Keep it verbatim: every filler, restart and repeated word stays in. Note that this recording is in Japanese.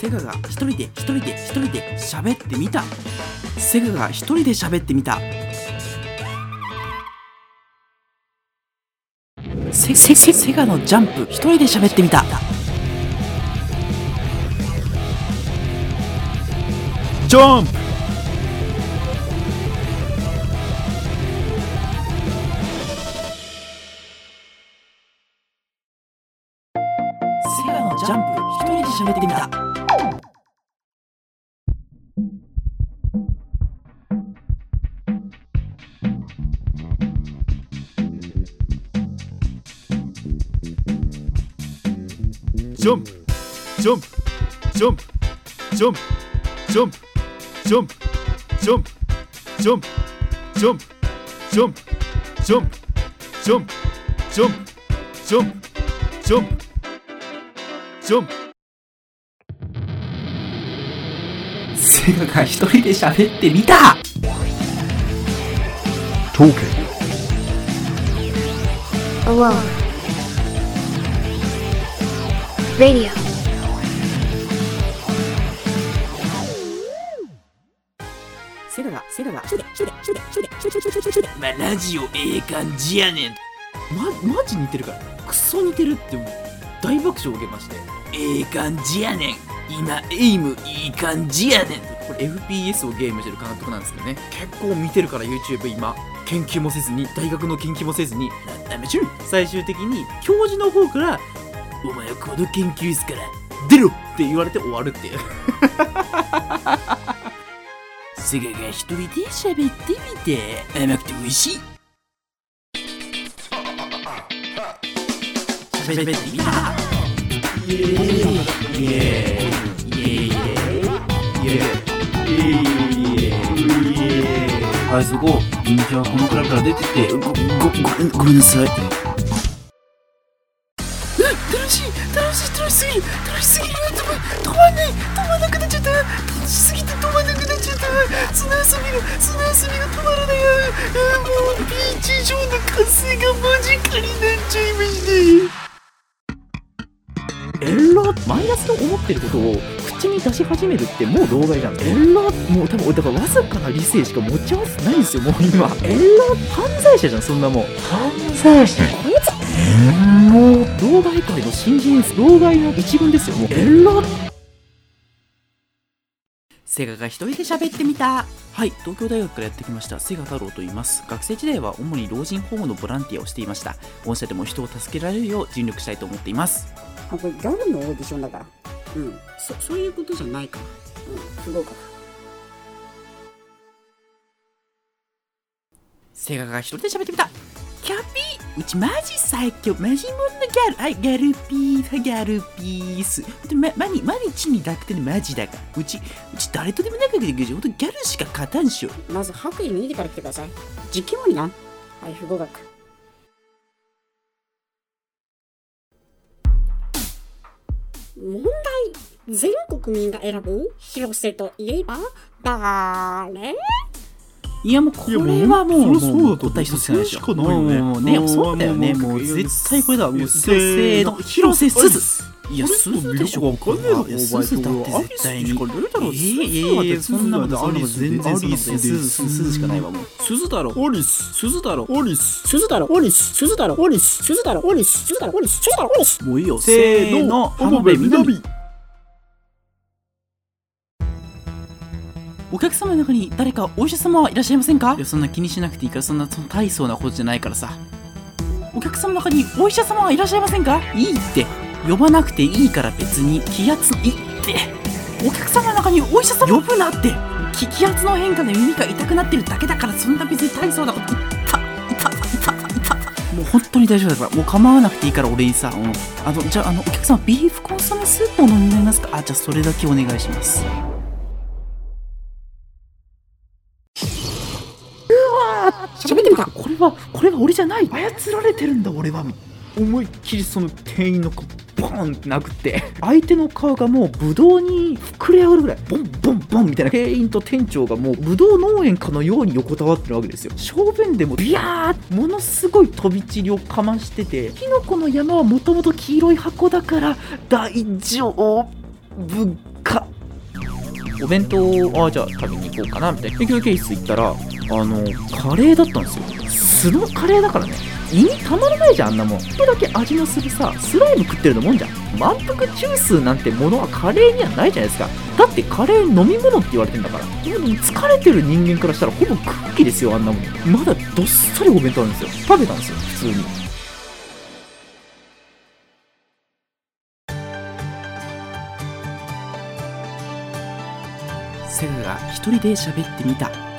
セガが一人で一人で一人で喋ってみた。セガが一人で喋ってみた。セ, セ, セ, セガのジャンプ一人で喋ってみた。 ジャンプセガのジャンプ一人で喋ってみた。 ジャンプジャンプジャンプジャンプジャンプジャンプジャンプジャンプジャンプジャンプジャンプジャンプジャンプジャンプジャンプジャンプ。 セガが一人で喋ってみた。 トーケン Alone Radio セガがセガが一人で一人で一人で一人で一人で一人で一人でまあラジオええ感じやねん。ま、マジ似てるからクソ似てるってもう大爆笑を受けまして、ええ感じやねん今エイムいい感じやねん。これ エフピーエス をゲームしてる監督なんですけどね、結構見てるから YouTube 今研究もせずに大学の研究もせずになめちゅう最終的に教授の方からお前はこの研究室から出ろって言われて終わるっていうセガが一人で喋ってみて甘くて美味しい。喋ってみた。イエーイイエーイイエーイイエーイイエーイ。はい、そこ銀ちゃんはこのクラブから出てってごごごごめんなさい。楽しい楽しい楽しすぎる楽しすぎる。止まんない止まんなくなっちゃった。楽しすぎて止まんなくなっちゃった。砂遊びが砂遊びが止まらない。あもうビーチ上の活性が間近になっちゃいまして。エラマイナスの思ってることを口に出し始めるってもう老害じゃん。エラもう多分だからわずかな理性しか持ち合わせないんですよもう今。エラ犯罪者じゃんそんなもん。犯罪者こいつもう老害界の新人老害の一軍ですよもう。エラセガが一人で喋ってみた。はい、東京大学からやってきましたセガ太郎と言います。学生時代は主に老人保護のボランティアをしていました。御社でも人を助けられるよう尽力したいと思っています。 あ、これギャルのオーディションだから。うん、そそういうことじゃないから。うん、すごいから。 セガが一人で喋ってみた。キャピーうちマジ最強マジモンのギャル。はい、ギャルピーギャルピースま、マニマニチに楽天のマジだがうちうち誰とでも仲良くできるしほんとギャルしか勝たんしょ。 まず白衣脱いでから来てください。実験もにな。はい、不合格。問題。全国民が選ぶ広瀬といえば誰？ いやもうこれはもうもうそうだと答え一つしかないでしょ。 しかないよね。 もうねそうだよね。もう絶対これだ。もうせーの広瀬すず。いやすずでしょ。わかんねえだろ。すずだって絶対に。ええいやそんなことそんなこと全然そんなことすずすずしかないわもう。すずだろ。 オリスすずだろ。 オリス鈴だろオリス鈴だろオリス鈴だろオリス鈴だろオリス鈴だろオリス。 もういいよ。せーの浜辺美波。お客様の中に誰かお医者様はいらっしゃいませんか？いやそんな気にしなくていいからそんなその大層なことじゃないからさ。お客様の中にお医者様はいらっしゃいませんか？いいって呼ばなくていいから別に気圧いいってお客様の中にお医者様呼ぶなって気気圧の変化で耳が痛くなってるだけだからそんな別に大層なこといったいたいたいたもう本当に大丈夫だからもう構わなくていいから俺にさ、うん、あのじゃああのお客様ビーフコンソメスープお飲みになりますか？あじゃあそれだけお願いします。 喋ってみた。 これはこれは俺じゃない操られてるんだ俺は。思いっきりその店員の顔ボーンって殴って相手の顔がもうブドウに膨れ上がるぐらいボンボンボンみたいな。店員と店長がもうブドウ農園かのように横たわってるわけですよ。小便でもビヤーものすごい飛び散りをかましててキノコの山はもともと黄色い箱だから大丈夫かお弁当をあじゃあ食べに行こうかなみたいな。で休憩室行ったらあのカレーだったんですよ。素のカレーだからね、胃にたまらないじゃん、あんなもん。ちょっとだけ味のするさスライム食ってるのもんじゃん。満腹中枢なんてものはカレーにはないじゃないですか。だってカレー飲み物って言われてんだから。でも疲れてる人間からしたらほぼ空気ですよ、あんなもん。まだどっさりお弁当あるんですよ。食べたんですよ普通に。セガが一人で喋ってみた。